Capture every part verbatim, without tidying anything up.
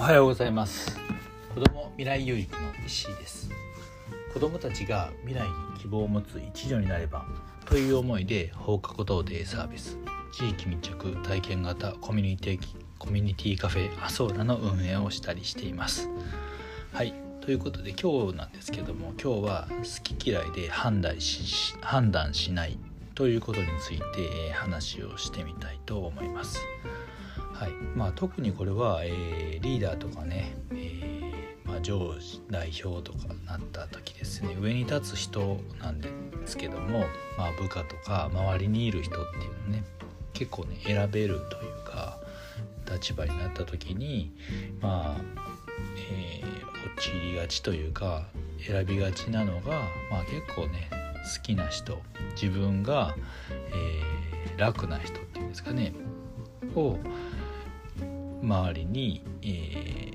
はようございます。子ども未来有育の石井です。子どもたちが未来に希望を持つ一助になればという思いで放課後等デイサービス、地域密着体験型コミュニティコミュニティカフェアソーラの運営をしたりしています。はい、ということで今日なんですけども、今日は好き嫌いで判断し判断しないということについて、えー、話をしてみたいと思います。はい、まあ、特にこれは、えー、リーダーとかね、えーまあ、上司代表とかなった時ですね、上に立つ人なんですけども、まあ、部下とか周りにいる人っていうのね、結構ね選べるというか立場になった時にまあ、えー、陥りがちというか選びがちなのが、まあ、結構ね好きな人、自分が、えー、楽な人っていうんですかねを周りに、え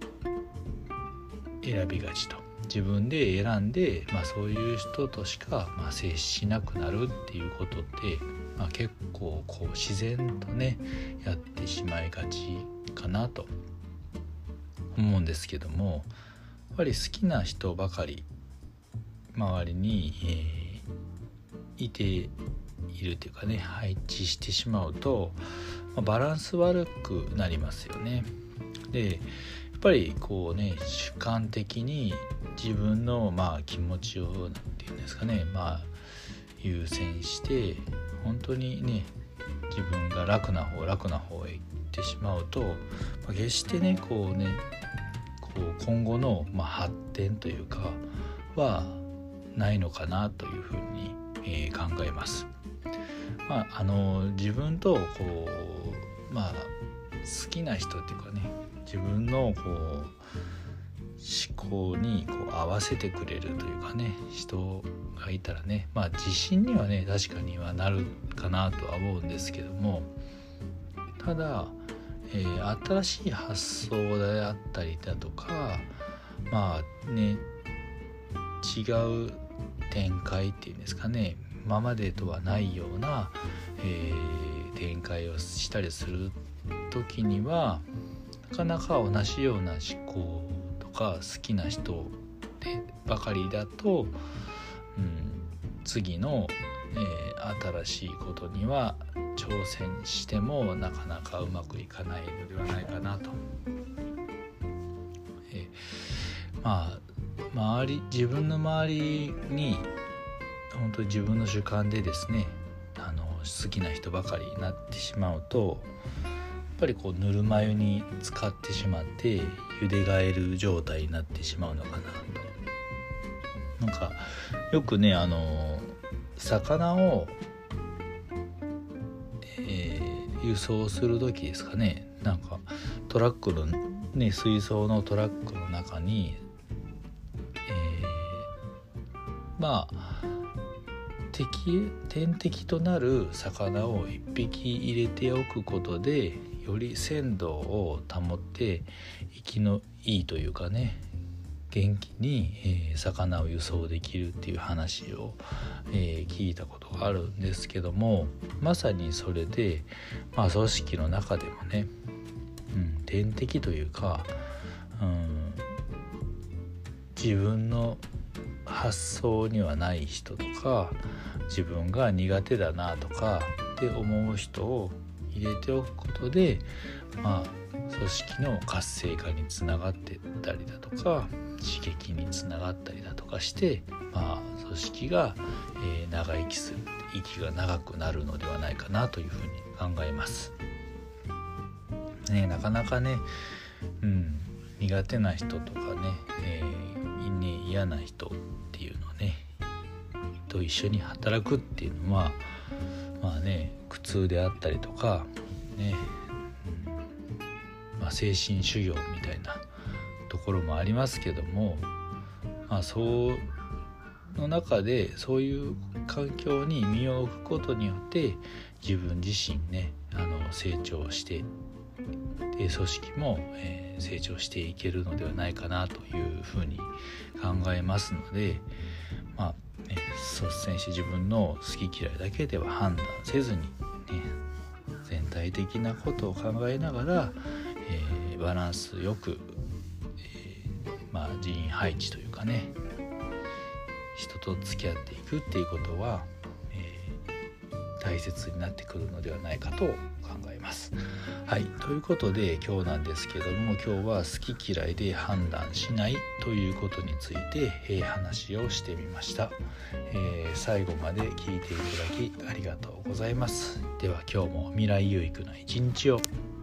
ー、選びがちと、自分で選んで、まあ、そういう人としか、まあ、接しなくなるっていうことって、まあ、結構こう自然とねやってしまいがちかなと思うんですけども、やっぱり好きな人ばかり周りに、えー、いているというかね配置してしまうと、まあ、バランス悪くなりますよね。でやっぱりこうね主観的に自分のまあ気持ちをなんていうんですかね、まあ優先して本当にね自分が楽な方楽な方へ行ってしまうと、まあ、決してねこうねこう今後のまあ発展というかはないのかなというふうに、えー、考えます。まああの自分とこうまあ好きな人っていうかね自分のこう思考にこう合わせてくれるというかね人がいたらね、まあ自信にはね確かにはなるかなとは思うんですけども、ただ、えー、新しい発想であったりだとかまあね違う展開っていうんですかね、今までとはないような、えー、展開をしたりする時にはなかなか同じような思考とか好きな人でばかりだと、うん、次の、えー、新しいことには挑戦してもなかなかうまくいかないのではないかなと、えー、まあ周り自分の周りに本当に自分の主観でですねあの好きな人ばかりになってしまうとやっぱりこうぬるま湯に浸かってしまって茹でガエル状態になってしまうのかなと。なんかよくねあの魚を、えー、輸送する時ですかね、なんかトラックのね水槽のトラックの中に、えー、まあ敵天敵となる魚を一匹入れておくことでより鮮度を保って生きのいいというかね元気に、えー、魚を輸送できるっていう話を、えー、聞いたことがあるんですけども、まさにそれで、まあ、組織の中でもね、うん、天敵というか、うん、自分の発想にはない人とか自分が苦手だなとかって思う人を入れておくことで、まあ、組織の活性化につながっていったりだとか刺激につながったりだとかして、まあ、組織が、えー、長生きする息が長くなるのではないかなというふうに考えます、ね、なかなかね、うん、苦手な人とかね、えー、ね嫌な人っていうのねと一緒に働くっていうのはまあね苦痛であったりとかね、うんまあ、精神修行みたいなところもありますけども、まあそうの中でそういう環境に身を置くことによって自分自身ねあの成長してで組織も、えー、成長していけるのではないかなというふうに考えますので、まあね、率先して自分の好き嫌いだけでは判断せずに、ね、全体的なことを考えながら、えー、バランスよく、えーまあ、人員配置というかね、人と付き合っていくっていうことは、えー、大切になってくるのではないかと考えます。はい、ということで今日なんですけども、今日は好き嫌いで判断しないということについて、えー、話をしてみました。えー、最後まで聞いていただきありがとうございます。では今日も未来有益な一日を。